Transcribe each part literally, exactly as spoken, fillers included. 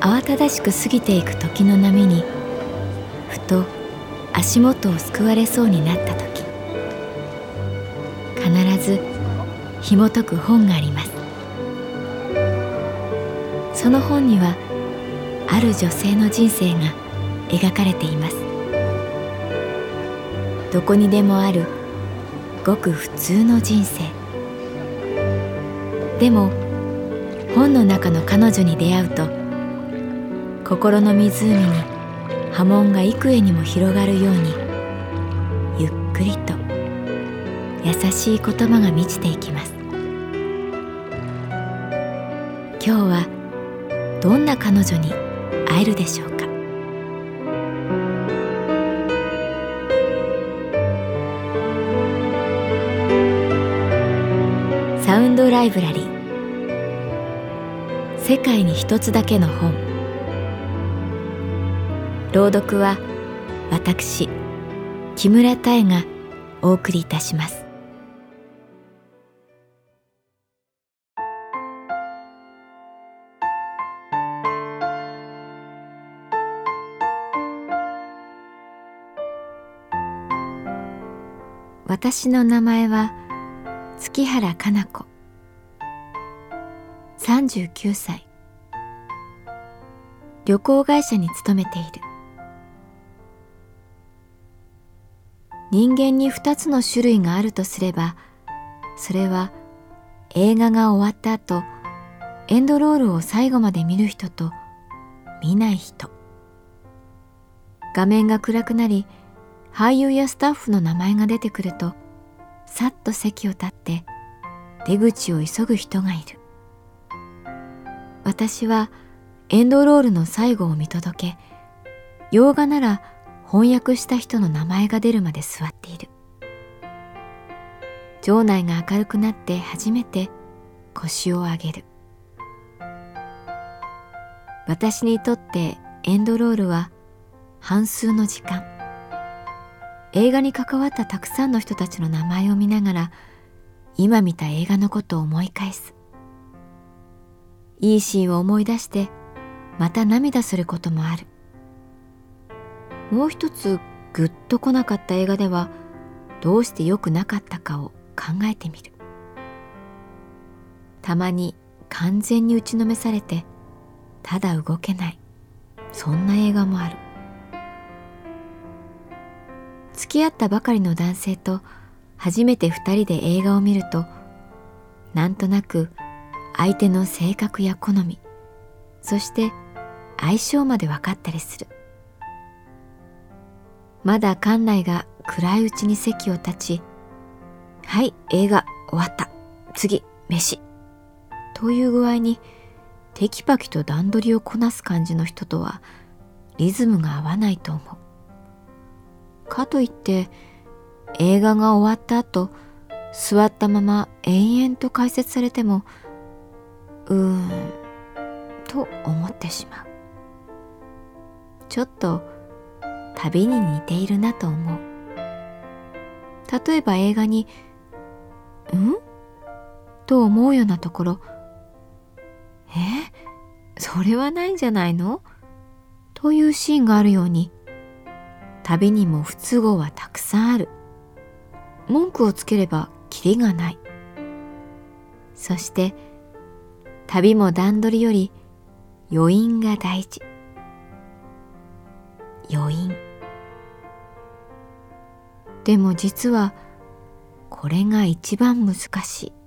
慌ただしく過ぎていく時の波にふと足元をすくわれそうになった時、必ず紐解く本があります。その本にはある女性の人生が描かれています。どこにでもあるごく普通の人生。でも本の中の彼女に出会うと、心の湖に波紋が幾重にも広がるように、ゆっくりと優しい言葉が満ちていきます。今日はどんな彼女に会えるでしょうか。サウンドライブラリー、世界に一つだけの本。朗読は私木村多江がお送りいたします。私の名前は月原かな子、さんじゅうきゅうさい、旅行会社に勤めている。人間に二つの種類があるとすれば、それは映画が終わった後、エンドロールを最後まで見る人と見ない人。画面が暗くなり、俳優やスタッフの名前が出てくると、さっと席を立って出口を急ぐ人がいる。私はエンドロールの最後を見届け、洋画なら翻訳した人の名前が出るまで座っている。場内が明るくなって初めて腰を上げる。私にとってエンドロールは半数の時間。映画に関わったたくさんの人たちの名前を見ながら、今見た映画のことを思い返す。いいシーンを思い出してまた涙することもある。もう一つグッと来なかった映画ではどうして良くなかったかを考えてみる。たまに完全に打ちのめされてただ動けない、そんな映画もある。付き合ったばかりの男性と初めて二人で映画を見ると、なんとなく相手の性格や好み、そして相性まで分かったりする。まだ館内が暗いうちに席を立ち、はい、映画終わった、次飯という具合にテキパキと段取りをこなす感じの人とはリズムが合わないと思う。かといって映画が終わった後、座ったまま延々と解説されてもうーんと思ってしまう。ちょっと旅に似ているなと思う。例えば映画に「ん?」と思うようなところ、えそれはないんじゃないのというシーンがあるように、旅にも不都合はたくさんある。文句をつければキリがない。そして旅も段取りより余韻が大事。余韻。でも実はこれが一番難しい。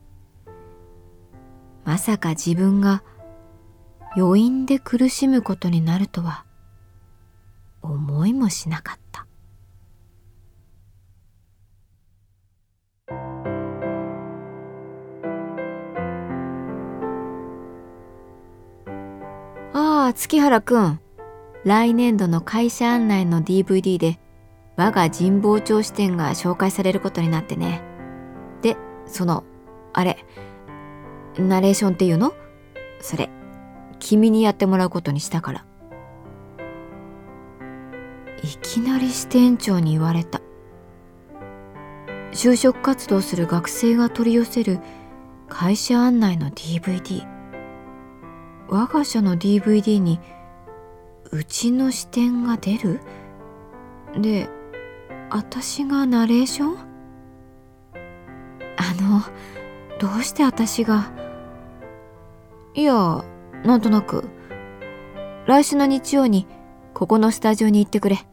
まさか自分が余韻で苦しむことになるとは思いもしなかった。ああ、月原くん、来年度の会社案内の ディーブイディー で我が神保町支店が紹介されることになってね。で、そのあれナレーションっていうの？それ君にやってもらうことにしたから。いきなり支店長に言われた。就職活動する学生が取り寄せる会社案内の ディーブイディー。 我が社の ディーブイディー にうちの視点が出る？で、私がナレーション？あの、どうして私が？いや、なんとなく。来週の日曜にここのスタジオに行ってくれ。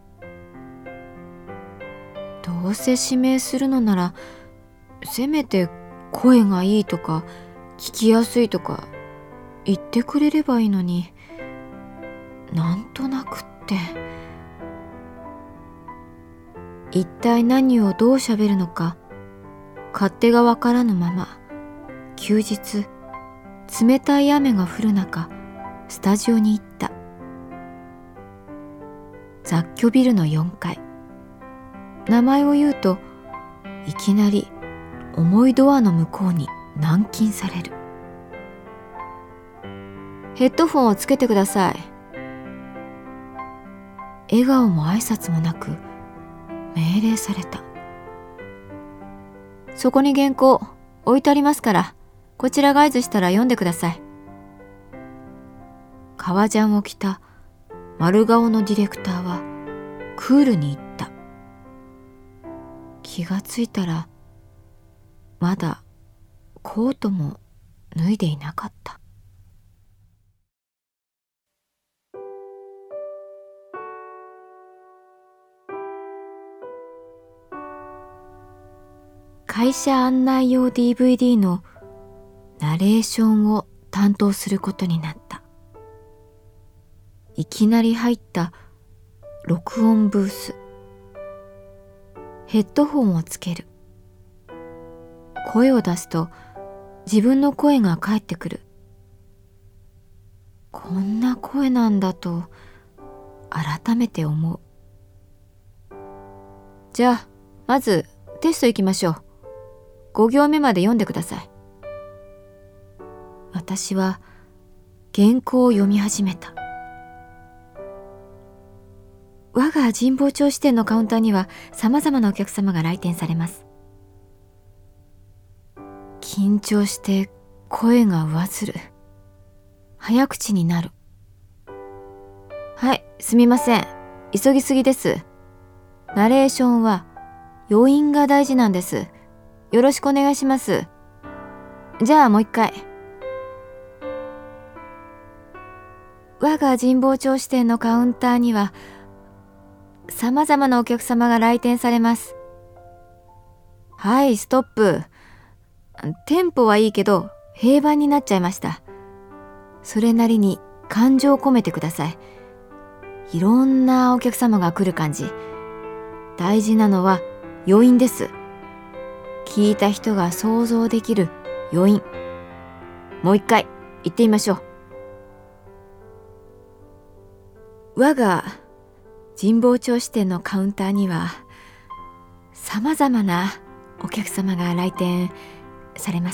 どうせ指名するのなら、せめて声がいいとか聞きやすいとか言ってくれればいいのに、なんとなくって。一体何をどう喋るのか勝手がわからぬまま、休日冷たい雨が降る中スタジオに行った。雑居ビルのよんかい。名前を言うといきなり重いドアの向こうに軟禁される。ヘッドフォンをつけてください。笑顔も挨拶もなく命令された。そこに原稿置いてありますから、こちらが合図したら読んでください。革ジャンを着た丸顔のディレクターはクールに言った。気がついたらまだコートも脱いでいなかった。会社案内用 ディーブイディー のナレーションを担当することになった。いきなり入った録音ブース。ヘッドホンをつける。声を出すと自分の声が返ってくる。こんな声なんだと改めて思う。じゃあまずテスト行きましょう。ご行目まで読んでください。私は原稿を読み始めた。我が神保町支店のカウンターには様々なお客様が来店されます。緊張して声が上ずる。早口になる。はい、すみません。急ぎすぎです。ナレーションは余韻が大事なんです。よろしくお願いします。じゃあもう一回。我が神保町支店のカウンターには様々なお客様が来店されます。はい、ストップ。テンポはいいけど平板になっちゃいました。それなりに感情を込めてください。いろんなお客様が来る感じ。大事なのは余韻です。聞いた人が想像できる余韻。もう一回言ってみましょう。我が神保町支店のカウンターには様々なお客様が来店されます。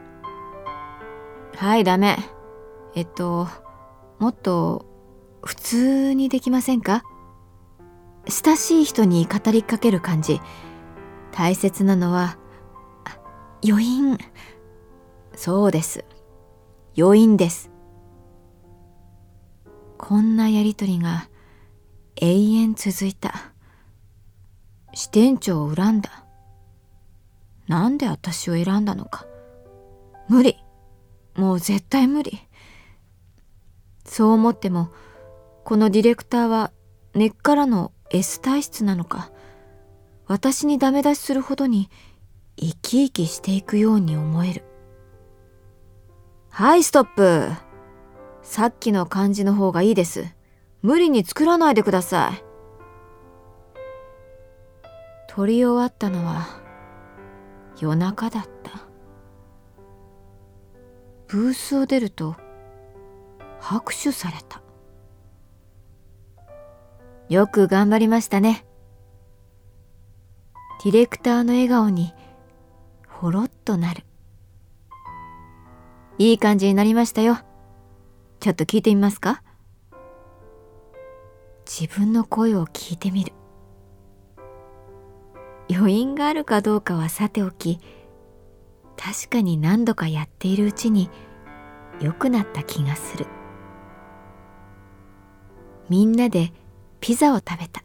はい、ダメ。えっともっと普通にできませんか？親しい人に語りかける感じ。大切なのは余韻。そうです。余韻です。こんなやりとりが永遠続いた。支店長を恨んだ。なんで私を選んだのか。無理。もう絶対無理。そう思っても、このディレクターは根っからの S 体質なのか、私にダメ出しするほどに生き生きしていくように思える。はい、ストップ。さっきの感じの方がいいです。無理に作らないでください。撮り終わったのは夜中だった。ブースを出ると拍手された。よく頑張りましたね。ディレクターの笑顔にほろっとなる。いい感じになりましたよ。ちょっと聞いてみますか？自分の声を聞いてみる。余韻があるかどうかはさておき、確かに何度かやっているうちに良くなった気がする。みんなでピザを食べた。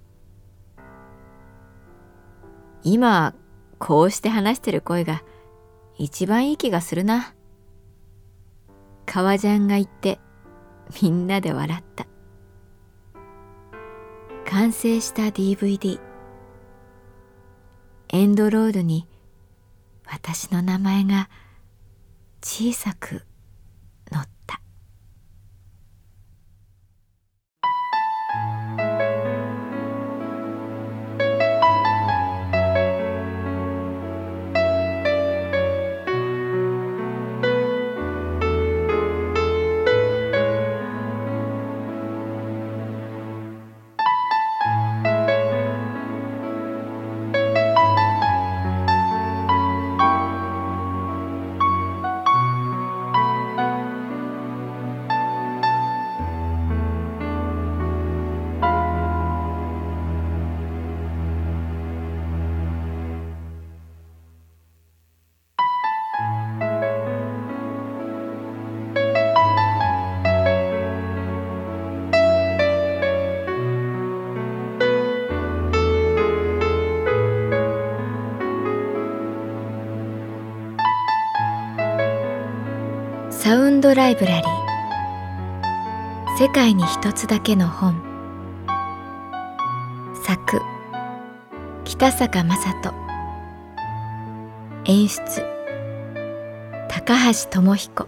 今こうして話してる声が一番いい気がするな。革ジャンが言ってみんなで笑った。完成した ディーブイディー。エンドロールに私の名前が小さく載った。サウンドライブラリー、世界に一つだけの本。作北坂雅人、演出高橋智彦、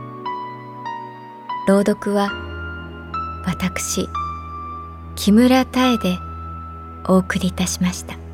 朗読は私木村多江でお送りいたしました。